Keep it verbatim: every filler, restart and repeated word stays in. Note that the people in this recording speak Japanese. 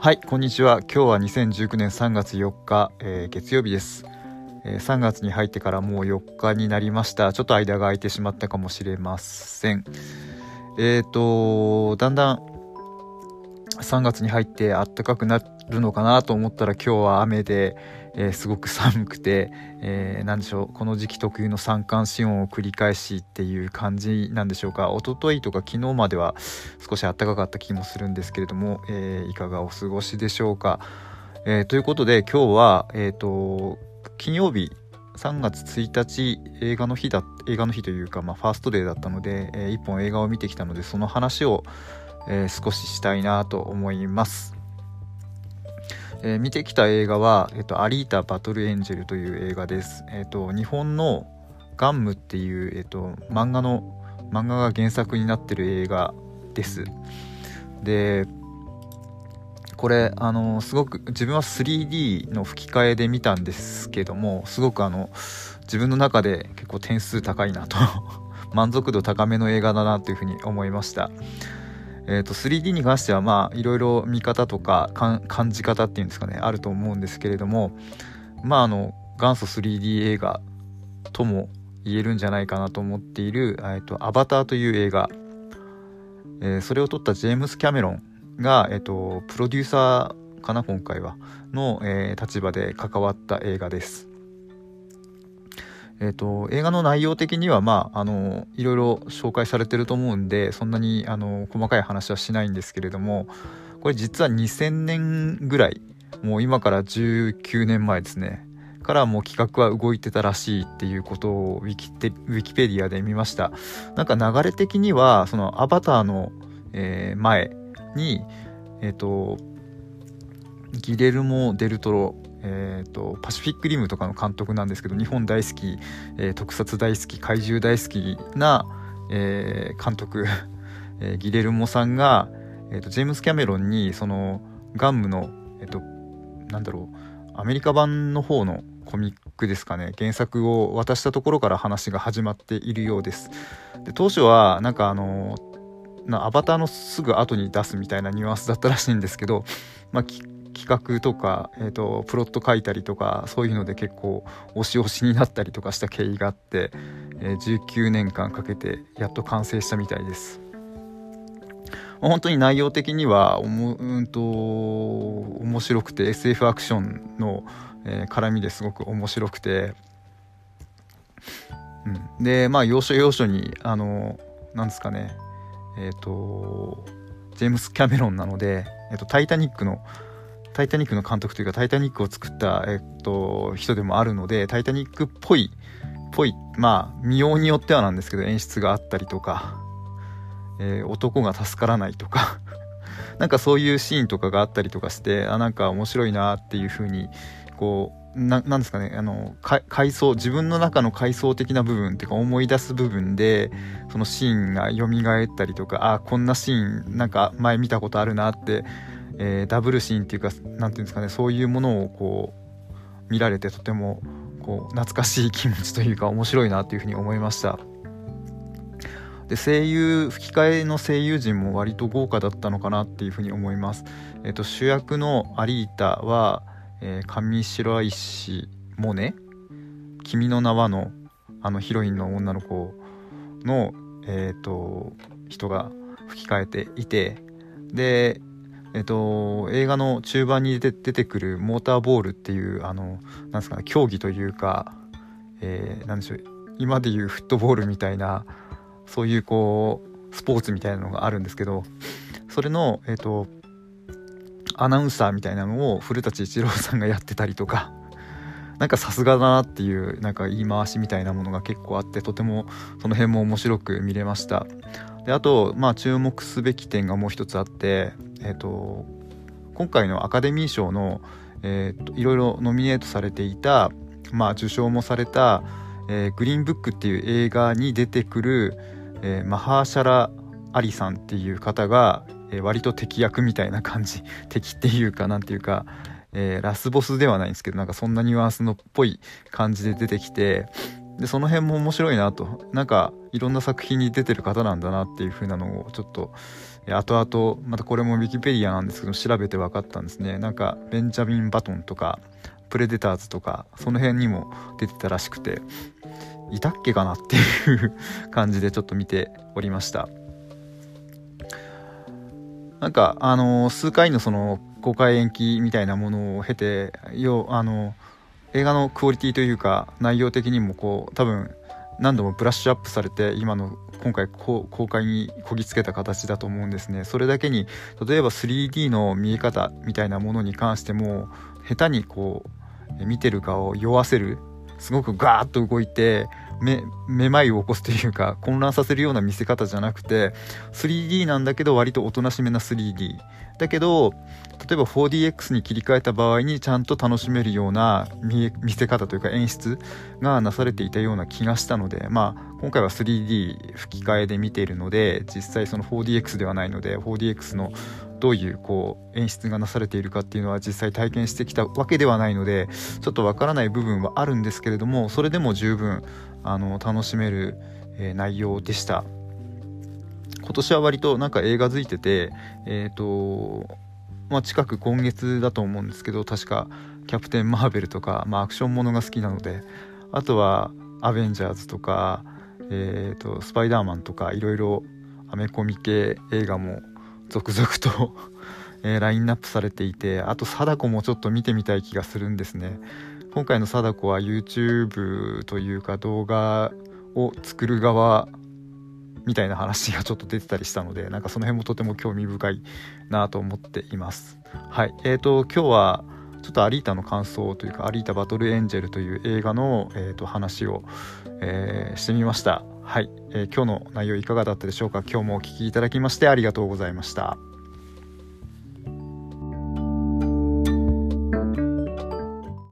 はい、こんにちは。今日はにせんじゅうきゅうねんさんがつよっか、えー、月曜日です、えー。さんがつに入ってからもうよっかになりました。ちょっと間が空いてしまったかもしれません。えーと、だんだんさんがつに入って暖かくなるのかなと思ったら今日は雨で、えー、すごく寒くて、えー、なんでしょう、この時期特有の三寒四温を繰り返しっていう感じなんでしょうか。一昨日とか昨日までは少し暖かかった気もするんですけれども、えー、いかがお過ごしでしょうか。えー、ということで今日は、えーと、金曜日さんがつついたち映画の日だ映画の日というか、まあ、ファーストデーだったので、えー、一本映画を見てきたのでその話を、えー、少ししたいなと思います。えー、見てきた映画は、えーと、アリータ・バトル・エンジェルという映画です。えーと、日本のガンムっていう、えーと、漫画の漫画が原作になってる映画です。でこれあのすごく自分は スリーディー の吹き替えで見たんですけども、すごくあの自分の中で結構点数高いなと満足度高めの映画だなというふうに思いました。えーと、スリーディー に関してはまあいろいろ見方とか感じ方っていうんですかね、あると思うんですけれども、まああの元祖 スリーディー 映画とも言えるんじゃないかなと思っている、えーと、アバターという映画、えー、それを撮ったジェームス・キャメロンが、えーと、プロデューサーかな今回はの、えー、立場で関わった映画です。えーと、映画の内容的にはまああのいろいろ紹介されてると思うんでそんなにあの細かい話はしないんですけれども、これ実はにせんねんぐらい、もう今からじゅうきゅうねんまえですねからもう企画は動いてたらしいっていうことをウィキテ、ウィキペディアで見ました。なんか流れ的にはそのアバターの、えー、前にえっとギレルモ・デルトロ、えー、とパシフィックリムとかの監督なんですけど、日本大好き、えー、特撮大好き、怪獣大好きな、えー、監督、えー、ギレルモさんが、えー、とジェームス・キャメロンにそのガンムの、えー、となんだろうアメリカ版の方のコミックですかね、原作を渡したところから話が始まっているようです。で当初はなんかあのなアバターのすぐ後に出すみたいなニュアンスだったらしいんですけど、まあ企画とか、えーと、プロット書いたりとかそういうので結構押し押しになったりとかした経緯があって、えー、じゅうきゅうねんかんかけてやっと完成したみたいです。本当に内容的にはおも、うんと、面白くて エスエフ アクションの、えー、絡みですごく面白くて、うん、でまあ要所要所にあのなんですかね、えっとジェームス・キャメロンなので、えーと、タイタニックのタイタニックの監督というかタイタニックを作った、えっと、人でもあるので、タイタニックっぽいぽいまあ見ようによってはなんですけど演出があったりとか、えー、男が助からないとかなんかそういうシーンとかがあったりとかして、あなんか面白いなっていう風にこう な, なんですかねあの回想自分の中の回想的な部分っていうか思い出す部分でそのシーンが蘇ったりとか、あこんなシーンなんか前見たことあるなってえー、ダブルシーンっていうかなんていうんですかね、そういうものをこう見られてとてもこう懐かしい気持ちというか面白いなというふうに思いました。で声優吹き替えの声優陣も割と豪華だったのかなっていうふうに思います。えー、と主役のアリータは、えー、上白石萌音、君の名はのあのヒロインの女の子の、えー、と人が吹き替えていて、でえっと、映画の中盤に出て、出てくるモーターボールっていうあのなんですかね、競技というか、えー、なんでしょう今でいうフットボールみたいなそういうこうスポーツみたいなのがあるんですけど、それの、えっと、アナウンサーみたいなのを古舘一郎さんがやってたりとか、なんかさすがだなっていうなんか言い回しみたいなものが結構あって、とてもその辺も面白く見れました。であと、まあ、注目すべき点がもう一つあって、えーと、今回のアカデミー賞の、えーと、いろいろノミネートされていた、まあ、受賞もされた、えー、グリーンブックっていう映画に出てくる、えー、マハーシャラ・アリさんっていう方が、えー、割と敵役みたいな感じ敵っていうかなんていうか、えー、ラスボスではないんですけどなんかそんなニュアンスのっぽい感じで出てきて、でその辺も面白いなと、なんかいろんな作品に出てる方なんだなっていう風なのをちょっと、 後々またこれもウィキペディアなんですけど調べて分かったんですね。なんかベンジャミン・バトンとかプレデターズとかその辺にも出てたらしくて、いたっけかなっていう感じでちょっと見ておりました。なんかあの数回のその公開延期みたいなものを経て、よあの映画のクオリティというか内容的にもこう多分何度もブラッシュアップされて今の今回公開にこぎつけた形だと思うんですね。それだけに例えば スリーディー の見え方みたいなものに関しても下手にこう見てる側を酔わせる、すごくガーッと動いてめめまいを起こすというか混乱させるような見せ方じゃなくて スリーディー なんだけど割とおとなしめな スリーディー だけど、例えば フォーディーエックス に切り替えた場合にちゃんと楽しめるような 見, 見せ方というか演出がなされていたような気がしたので、まあ今回は スリーディー 吹き替えで見ているので実際その フォーディーエックス ではないので フォーディーエックス のどういうこう演出がなされているかっていうのは実際体験してきたわけではないのでちょっとわからない部分はあるんですけれども、それでも十分あの楽しめる、えー、内容でした。今年は割となんか映画づいてて、えーとまあ、近く今月だと思うんですけど、確かキャプテンマーベルとか、まあ、アクションものが好きなので、あとはアベンジャーズとか、えーとスパイダーマンとかいろいろアメコミ系映画も続々とえー、ラインナップされていて、あと貞子もちょっと見てみたい気がするんですね。今回の貞子は YouTube というか動画を作る側みたいな話がちょっと出てたりしたので、なんかその辺もとても興味深いなと思っています。はい、えーと今日はちょっとアリータの感想というかアリータバトルエンジェルという映画の、えーと話を、えーしてみました。はい、えー、今日の内容いかがだったでしょうか。今日もお聞きいただきましてありがとうございました。